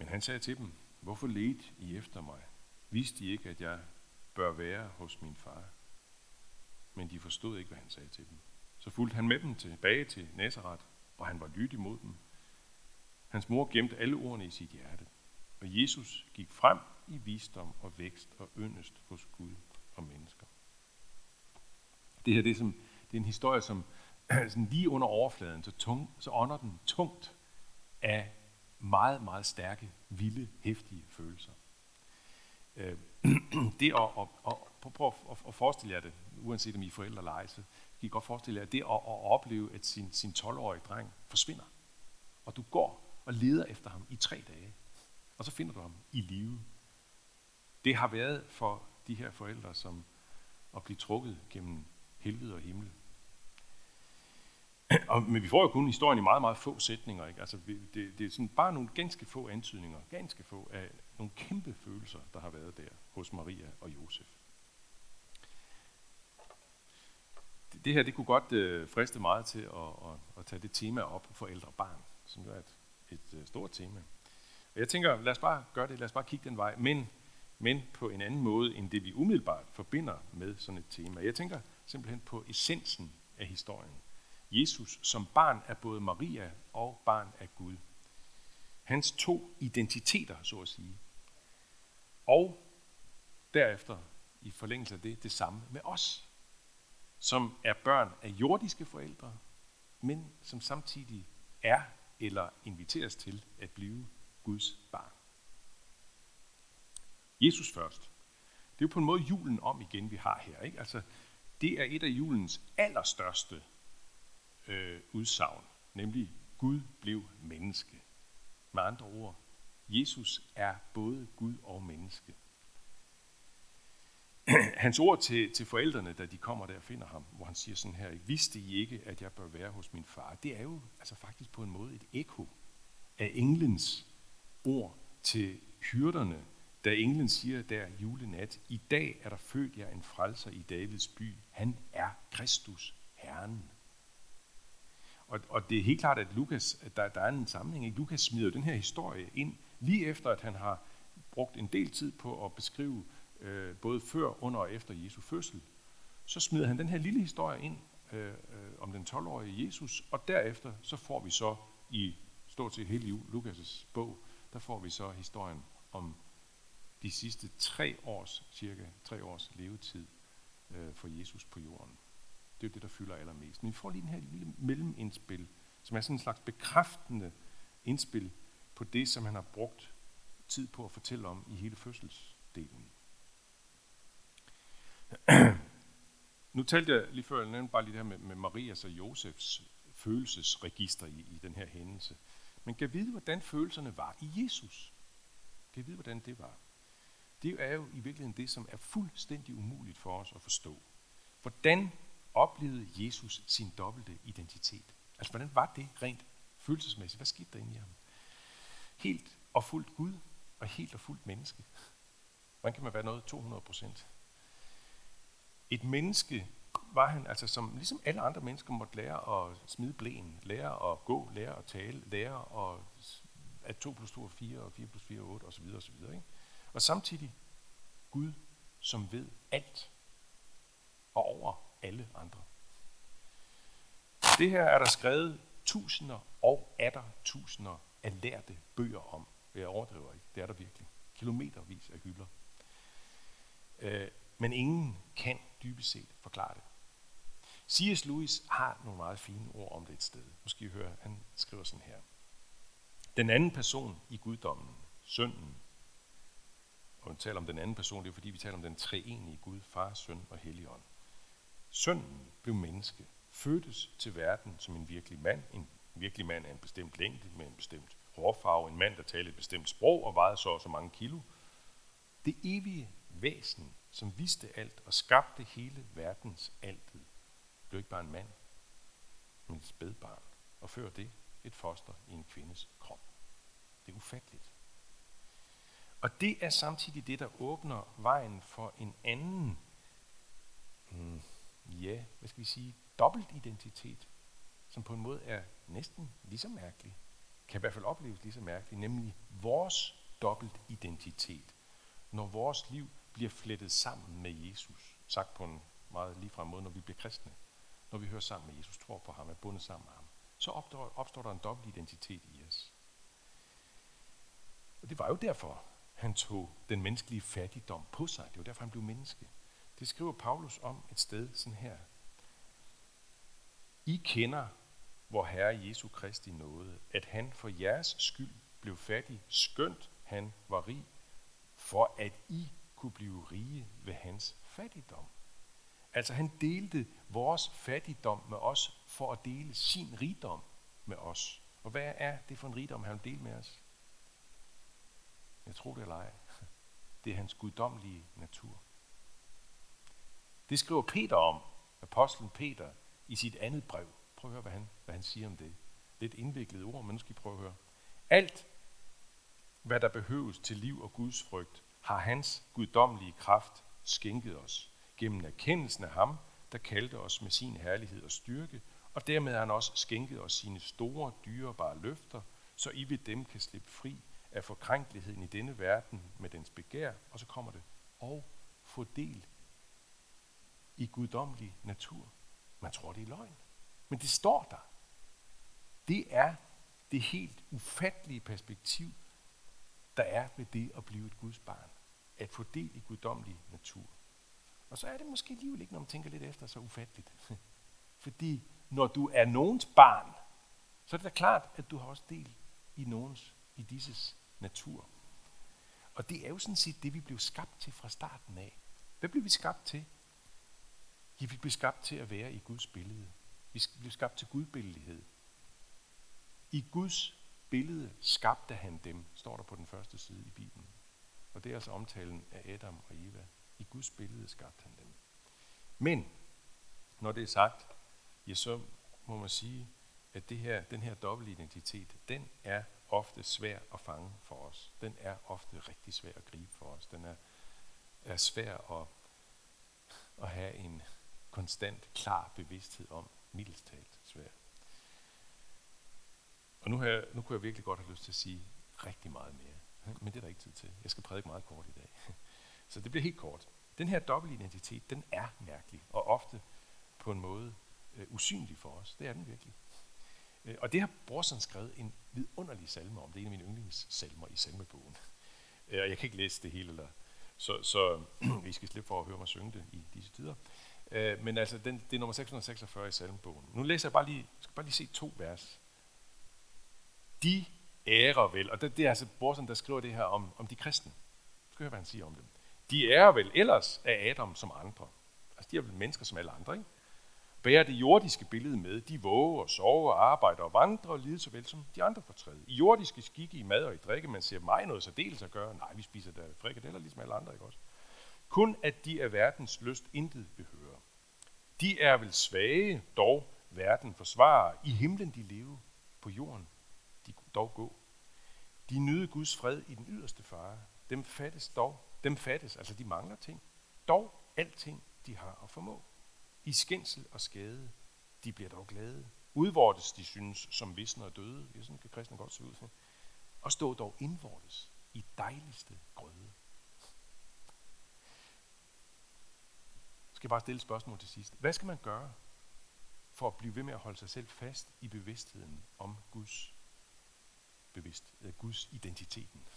Men han sagde til dem, hvorfor ledte I efter mig? Vidste I ikke, at jeg bør være hos min far? Men de forstod ikke, hvad han sagde til dem. Så fulgte han med dem tilbage til Nazaret, og han var lydig mod dem. Hans mor gemte alle ordene i sit hjerte. Og Jesus gik frem i visdom og vækst og yndest hos Gud og mennesker. Det her det er en historie, som sådan lige under overfladen, så ånder den tungt af meget, meget stærke, vilde, heftige følelser. Det prøv at forestille jer det, uanset om I er forældre eller ej, så kan I godt forestille jer, det at opleve, at sin 12-årige dreng forsvinder. Og du går og leder efter ham i 3 dage, og så finder du ham i live. Det har været for de her forældre som at blive trukket gennem helvede og himmel. Men vi får jo kun historien i meget, meget få sætninger. Ikke? Altså, det er sådan bare nogle ganske få antydninger, ganske få af nogle kæmpe følelser, der har været der hos Maria og Josef. Det her, det kunne godt friste meget til at tage det tema op, forældre og barn, som jo er et stort tema. Og jeg tænker, lad os bare gøre det, lad os bare kigge den vej, men på en anden måde, end det vi umiddelbart forbinder med sådan et tema. Jeg tænker simpelthen på essensen af historien. Jesus som barn af både Maria og barn af Gud. Hans 2 identiteter, så at sige. Og derefter, i forlængelse af det samme med os, som er børn af jordiske forældre, men som samtidig er eller inviteres til at blive Guds barn. Jesus først. Det er jo på en måde julen om igen, vi har her. Ikke? Altså, det er et af julens allerstørste udsagn, nemlig Gud blev menneske. Med andre ord, Jesus er både Gud og menneske. Hans ord til forældrene, da de kommer der og finder ham, hvor han siger sådan her, vidste I ikke, at jeg bør være hos min far? Det er jo altså faktisk på en måde et ekko af englens ord til hyrderne, da englen siger der julenat, i dag er der født jer en frelser i Davids by. Han er Kristus, Herren. Og det er helt klart, at Lukas, at der er en sammenhæng. Ikke? Lukas smider den her historie ind, lige efter at han har brugt en del tid på at beskrive både før, under og efter Jesu fødsel. Så smider han den her lille historie ind om den 12-årige Jesus, og derefter så får vi så i stort set hele Lukas' bog, der får vi så historien om de sidste 3 års levetid for Jesus på jorden. Det er jo det, der fylder allermest. Men vi får lige den her lille mellemindspil, som er sådan en slags bekræftende indspil på det, som han har brugt tid på at fortælle om i hele fødselsdelen. Nu talte jeg lige før, jeg nævnte bare lige det her med Marias og Josefs følelsesregister i den her hændelse. Men kan vide, hvordan følelserne var i Jesus? Kan vide, hvordan det var? Det er jo i virkeligheden det, som er fuldstændig umuligt for os at forstå. Hvordan oplevede Jesus sin dobbelte identitet? Altså, hvordan var det rent følelsesmæssigt? Hvad skete der inde i ham? Helt og fuldt Gud, og helt og fuldt menneske. Hvordan kan man være noget 200%? Et menneske var han altså, som ligesom alle andre mennesker måtte lære at smide blæen, lære at gå, lære at tale, lære at 2 + 2 er 4, og 4 + 4 er 8, osv. Ikke? Og samtidig Gud, som ved alt og over alle andre. Det her er der skrevet tusinder og atter tusinder af lærte bøger om. Jeg overdriver ikke, det er der virkelig. Kilometervis af hylder. Men ingen kan dybest set forklare det. C.S. Lewis har nogle meget fine ord om det et sted. Nu skal I høre, han skriver sådan her. Den anden person i guddommen, sønnen, og vi taler om den anden person, det er fordi vi taler om den treenige Gud, far, søn og helligånd. Sønnen blev menneske, fødtes til verden som en virkelig mand. En virkelig mand er en bestemt længde med en bestemt hårfarve, en mand, der talte et bestemt sprog og vejede så og så mange kilo. Det evige væsen, som vidste alt og skabte hele verdens alted, blev ikke bare en mand, men et spædbarn, og før det et foster i en kvindes krop. Det er ufatteligt. Og det er samtidig det, der åbner vejen for en anden, dobbelt identitet, som på en måde er næsten lige så mærkelig, kan i hvert fald opleves lige så mærkelig, nemlig vores dobbelt identitet. Når vores liv bliver flettet sammen med Jesus, sagt på en meget ligefrem måde, når vi bliver kristne, når vi hører sammen med Jesus, tror på ham, er bundet sammen med ham, så opstår der en dobbelt identitet i os. Og det var jo derfor, han tog den menneskelige fattigdom på sig. Det var derfor, han blev menneske. Det skriver Paulus om et sted sådan her. I kender vor Herre Jesu Kristi nåde, at han for jeres skyld blev fattig, skønt han var rig, for at I kunne blive rige ved hans fattigdom. Altså han delte vores fattigdom med os, for at dele sin rigdom med os. Og hvad er det for en rigdom, han vil dele med os? Jeg tror det eller ej. Det er hans guddommelige natur. Det skriver Peter om, apostlen Peter, i sit andet brev. Prøv at høre, hvad han siger om det. Lidt indviklet ord, men nu skal I prøve at høre. Alt, hvad der behøves til liv og Guds frygt, har hans guddommelige kraft skænket os, gennem erkendelsen af ham, der kaldte os med sin herlighed og styrke, og dermed har han også skænket os sine store, dyrebare løfter, så I ved dem kan slippe fri af forkrænkeligheden i denne verden med dens begær, og så kommer det, og få del i guddommelig natur. Man tror, det er løgn, men det står der. Det er det helt ufattelige perspektiv, der er ved det at blive et Guds barn. At få del i guddommelig natur. Og så er det måske alligevel ikke, når man tænker lidt efter, så ufatteligt. Fordi når du er nogens barn, så er det da klart, at du har også del i disses natur. Og det er jo sådan set det, vi blev skabt til fra starten af. Hvad blev vi skabt til? Ja, vi blev skabt til at være i Guds billede. Vi blev skabt til gudbilledlighed. I Guds billede skabte han dem, står der på den første side i Bibelen. Og det er altså omtalen af Adam og Eva. I Guds billede skabte han dem. Men, når det er sagt, ja, så må man sige, at den her dobbeltidentitet, den er ofte svær at fange for os. Den er ofte rigtig svær at gribe for os. Den er svær at have en konstant, klar bevidsthed om, mildest talt svær. Og nu kunne jeg virkelig godt have lyst til at sige rigtig meget mere. Men det er der ikke tid til. Jeg skal prædike meget kort i dag. Så det bliver helt kort. Den her dobbeltidentitet, den er mærkelig, og ofte på en måde usynlig for os. Det er den virkelig. Og det har Brorson skrevet en vidunderlig salme om. Det er en af mine yndlingssalmer i salmebogen. Og jeg kan ikke læse det hele, så I skal slippe for at høre mig synge det i disse tider. Men altså, det er nummer 646 i salmebogen. Nu læser jeg bare lige se 2 vers. De ærer vel, og det er altså Brorson, der skriver det her om de kristne. Skal høre, hvad han siger om dem. De ærer vel ellers af Adam som andre. Altså, de er vel mennesker som alle andre, ikke? Bærer det jordiske billede med. De våger og sover og arbejder og vandrer og lider såvel som de andre fortræde. I jordiske skikke i mad og i drikke, man siger mig noget særdeles at gøre. Nej, vi spiser da frikadeller ligesom alle andre, ikke også? Kun at de af verdens lyst intet behøver. De er vel svage, dog verden forsvarer. I himlen de leve, på jorden de dog gå. De nyder Guds fred i den yderste fare. Dem fattes, altså de mangler ting. Dog alting de har at formå. I skændsel og skade, de bliver dog glade. Udvortes de synes som visner og døde. Det er sådan, kan kristne godt se ud for. Og stå dog indvortes i dejligste grøde. Skal jeg bare stille et spørgsmål til sidst. Hvad skal man gøre for at blive ved med at holde sig selv fast i bevidstheden om Guds identiteten?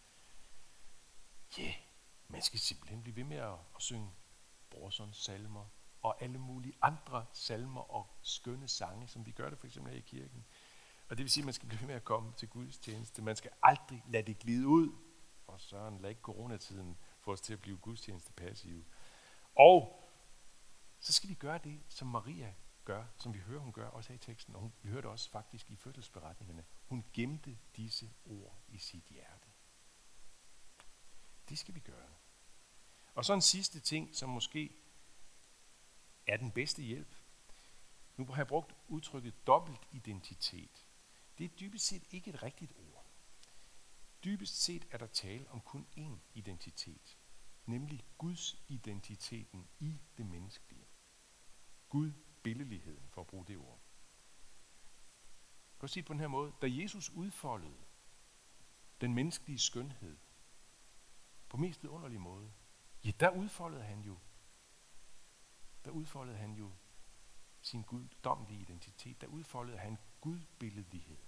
Ja, man skal simpelthen blive ved med at synge Brorsons salmer og alle mulige andre salmer og skønne sange, som vi gør det for eksempel her i kirken. Og det vil sige, at man skal blive ved med at komme til Guds tjeneste. Man skal aldrig lade det glide ud. Og Søren, lad ikke coronatiden få os til at blive gudstjeneste passive. Og så skal vi gøre det, som Maria gør, som vi hører, hun gør også her i teksten. Og vi hører det også faktisk i fødselsberetningerne. Hun gemte disse ord i sit hjerte. Det skal vi gøre. Og så en sidste ting, som måske er den bedste hjælp. Nu har jeg brugt udtrykket dobbelt identitet. Det er dybest set ikke et rigtigt ord. Dybest set er der tale om kun én identitet, nemlig Guds identiteten i det menneskelige. Gud billedligheden, for at bruge det ord. Jeg kan sige det på den her måde. Da Jesus udfoldede den menneskelige skønhed på mest underlig måde, ja, der udfoldede han jo sin guddommelige identitet. Der udfoldede han gudbilledlighed.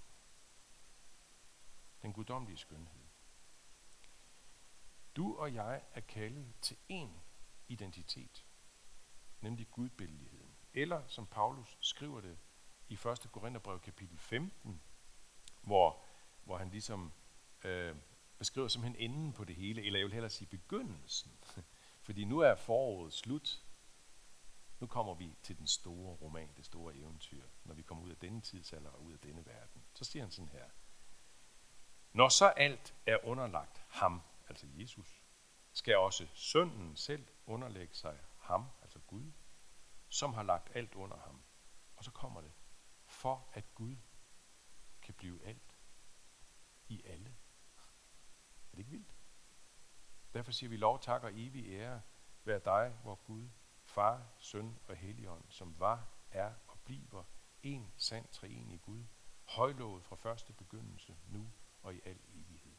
Den guddommelige skønhed. Du og jeg er kaldet til én identitet, nemlig gudbilledligheden. Eller som Paulus skriver det i 1. Korintherbrev kapitel 15, hvor han ligesom beskriver simpelthen enden på det hele, eller jeg vil hellere sige begyndelsen. Fordi nu er foråret slut. Nu kommer vi til den store roman, det store eventyr, når vi kommer ud af denne tidsalder og ud af denne verden. Så siger han sådan her. Når så alt er underlagt ham, altså Jesus, skal også sønnen selv underlægge sig ham, altså Gud, som har lagt alt under ham. Og så kommer det, for at Gud kan blive alt i alle. Er det ikke vildt? Derfor siger vi lov, tak og evig ære være dig, vor Gud, Far, Søn og Helligånd, som var, er og bliver en sand treenig Gud, højlovet fra første begyndelse, nu og i al evighed.